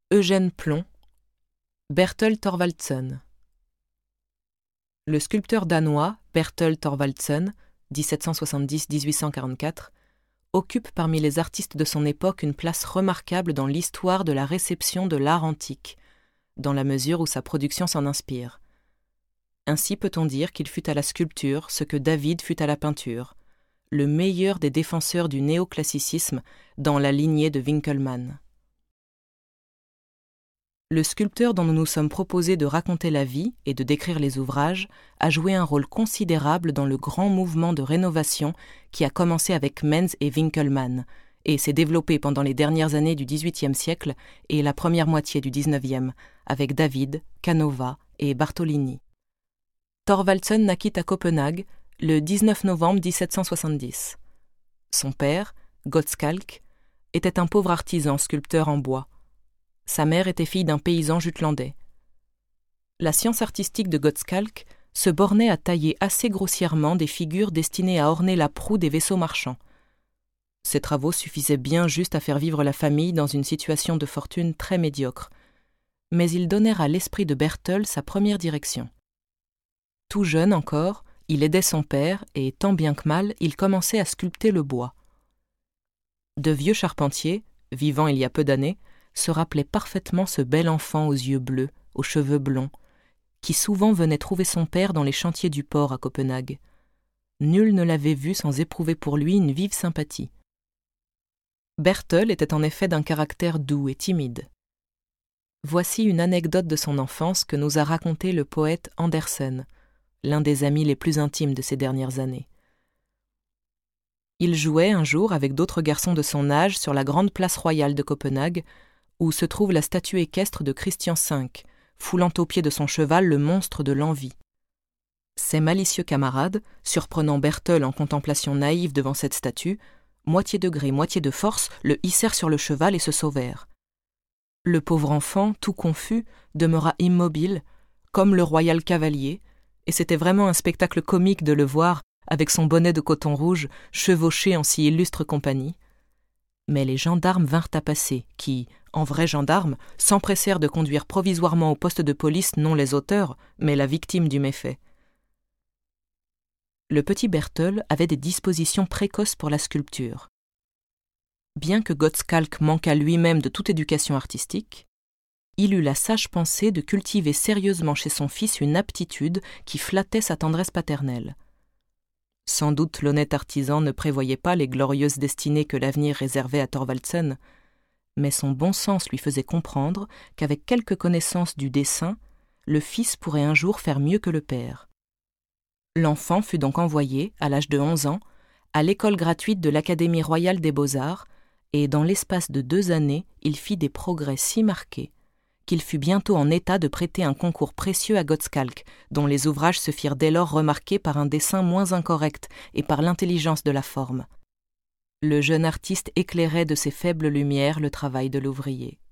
Eugène Plon, Bertel Thorvaldsen. Le sculpteur danois Bertel Thorvaldsen, 1770-1844, occupe parmi les artistes de son époque une place remarquable dans l'histoire de la réception de l'art antique, dans la mesure où sa production s'en inspire. Ainsi peut-on dire qu'il fut à la sculpture ce que David fut à la peinture, le meilleur des défenseurs du néoclassicisme dans la lignée de Winckelmann. Le sculpteur dont nous nous sommes proposés de raconter la vie et de décrire les ouvrages a joué un rôle considérable dans le grand mouvement de rénovation qui a commencé avec Menz et Winckelmann et s'est développé pendant les dernières années du XVIIIe siècle et la première moitié du XIXe avec David, Canova et Bartolini. Thorvaldsen naquit à Copenhague le 19 novembre 1770. Son père, Godskalk, était un pauvre artisan sculpteur en bois. Sa mère était fille d'un paysan jutlandais. La science artistique de Godskalk se bornait à tailler assez grossièrement des figures destinées à orner la proue des vaisseaux marchands. Ces travaux suffisaient bien juste à faire vivre la famille dans une situation de fortune très médiocre, mais ils donnèrent à l'esprit de Bertel sa première direction. Tout jeune encore, il aidait son père et, tant bien que mal, il commençait à sculpter le bois. De vieux charpentiers, vivant il y a peu d'années, se rappelait parfaitement ce bel enfant aux yeux bleus, aux cheveux blonds, qui souvent venait trouver son père dans les chantiers du port à Copenhague. Nul ne l'avait vu sans éprouver pour lui une vive sympathie. Bertel était en effet d'un caractère doux et timide. Voici une anecdote de son enfance que nous a racontée le poète Andersen, l'un des amis les plus intimes de ces dernières années. Il jouait un jour avec d'autres garçons de son âge sur la grande place royale de Copenhague, où se trouve la statue équestre de Christian V, foulant aux pieds de son cheval le monstre de l'envie. Ses malicieux camarades, surprenant Bertel en contemplation naïve devant cette statue, moitié de gré, moitié de force, le hissèrent sur le cheval et se sauvèrent. Le pauvre enfant, tout confus, demeura immobile, comme le royal cavalier, et c'était vraiment un spectacle comique de le voir, avec son bonnet de coton rouge, chevauché en si illustre compagnie. Mais les gendarmes vinrent à passer, qui, en vrais gendarmes, s'empressèrent de conduire provisoirement au poste de police non les auteurs, mais la victime du méfait. Le petit Bertel avait des dispositions précoces pour la sculpture. Bien que Godskalk manquât lui-même de toute éducation artistique, il eut la sage pensée de cultiver sérieusement chez son fils une aptitude qui flattait sa tendresse paternelle. Sans doute l'honnête artisan ne prévoyait pas les glorieuses destinées que l'avenir réservait à Thorvaldsen, mais son bon sens lui faisait comprendre qu'avec quelques connaissances du dessin, le fils pourrait un jour faire mieux que le père. L'enfant fut donc envoyé, à l'âge de 11 ans, à l'école gratuite de l'Académie royale des beaux-arts, et dans l'espace de 2 années, il fit des progrès si marqués qu'il fut bientôt en état de prêter un concours précieux à Godskalk, dont les ouvrages se firent dès lors remarquer par un dessin moins incorrect et par l'intelligence de la forme. Le jeune artiste éclairait de ses faibles lumières le travail de l'ouvrier.